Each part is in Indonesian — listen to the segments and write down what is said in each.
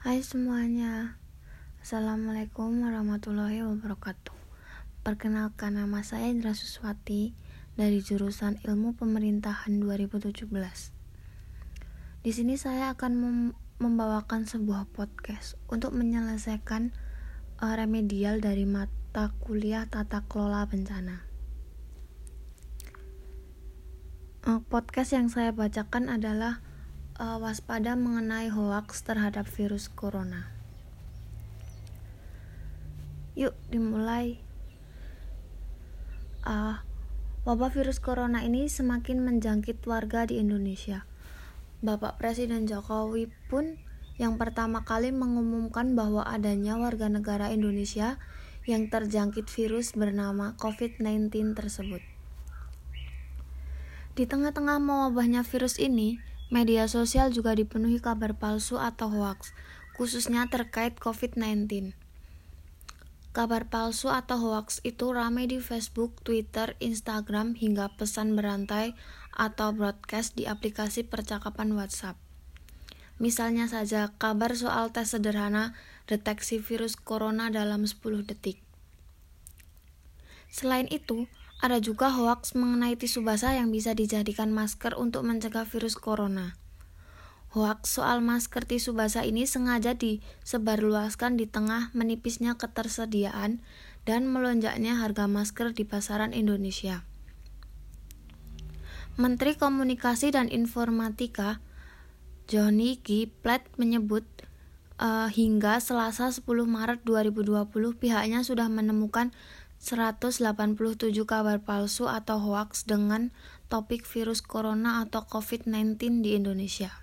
Hai semuanya, Assalamualaikum warahmatullahi wabarakatuh. Perkenalkan, nama saya Indra Suswati dari jurusan Ilmu Pemerintahan 2017. Di sini saya akan membawakan sebuah podcast untuk menyelesaikan remedial dari mata kuliah Tata Kelola Bencana. Podcast yang saya bacakan adalah waspada mengenai hoaks terhadap virus corona. Yuk dimulai. Wabah virus corona ini semakin menjangkit warga di Indonesia. Bapak Presiden Jokowi pun yang pertama kali mengumumkan bahwa adanya warga negara Indonesia yang terjangkit virus bernama COVID-19 tersebut. Di tengah-tengah mewabahnya virus ini, media sosial juga dipenuhi kabar palsu atau hoaks, khususnya terkait COVID-19. Kabar palsu atau hoaks itu ramai di Facebook, Twitter, Instagram, hingga pesan berantai atau broadcast di aplikasi percakapan WhatsApp. Misalnya saja, kabar soal tes sederhana deteksi virus corona dalam 10 detik. Selain itu, ada juga hoaks mengenai tisu basah yang bisa dijadikan masker untuk mencegah virus corona. Hoaks soal masker tisu basah ini sengaja disebarluaskan di tengah menipisnya ketersediaan dan melonjaknya harga masker di pasaran Indonesia. Menteri Komunikasi dan Informatika Johnny G. Plate menyebut hingga Selasa 10 Maret 2020 pihaknya sudah menemukan 187 kabar palsu atau hoaks dengan topik virus corona atau COVID-19 di Indonesia.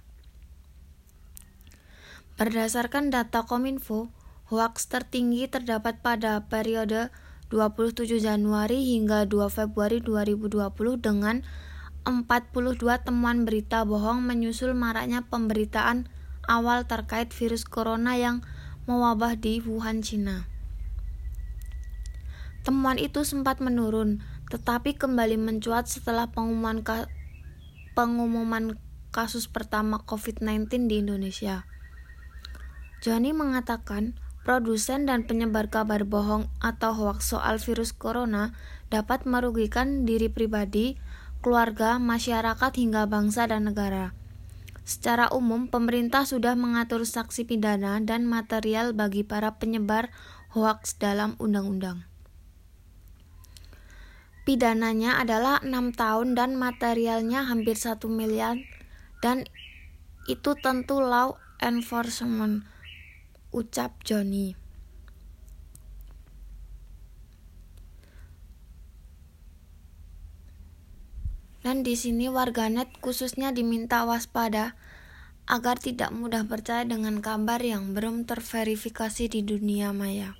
Berdasarkan data Kominfo, hoaks tertinggi terdapat pada periode 27 Januari hingga 2 Februari 2020 dengan 42 temuan berita bohong menyusul maraknya pemberitaan awal terkait virus corona yang mewabah di Wuhan, China. Temuan itu sempat menurun, tetapi kembali mencuat setelah pengumuman kasus pertama COVID-19 di Indonesia. Johnny mengatakan, produsen dan penyebar kabar bohong atau hoaks soal virus corona dapat merugikan diri pribadi, keluarga, masyarakat hingga bangsa dan negara. Secara umum, pemerintah sudah mengatur sanksi pidana dan material bagi para penyebar hoaks dalam undang-undang. Pidananya adalah 6 tahun dan materialnya hampir 1 miliar dan itu tentu law enforcement, ucap Johnny. Dan di sini warganet khususnya diminta waspada agar tidak mudah percaya dengan kabar yang belum terverifikasi di dunia maya.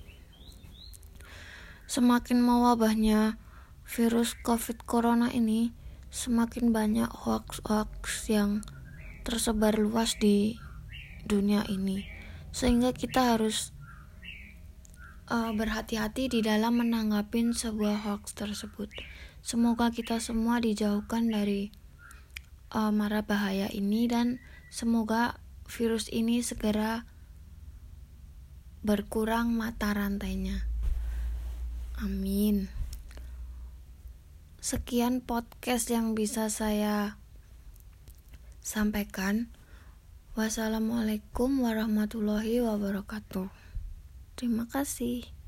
Semakin mewabahnya virus COVID corona ini, semakin banyak hoaks yang tersebar luas di dunia ini, sehingga kita harus berhati-hati di dalam menanggapi sebuah hoaks tersebut. Semoga kita semua dijauhkan dari mara bahaya ini dan semoga virus ini segera berkurang mata rantainya. Amin. Sekian podcast yang bisa saya sampaikan. Wassalamualaikum warahmatullahi wabarakatuh. Terima kasih.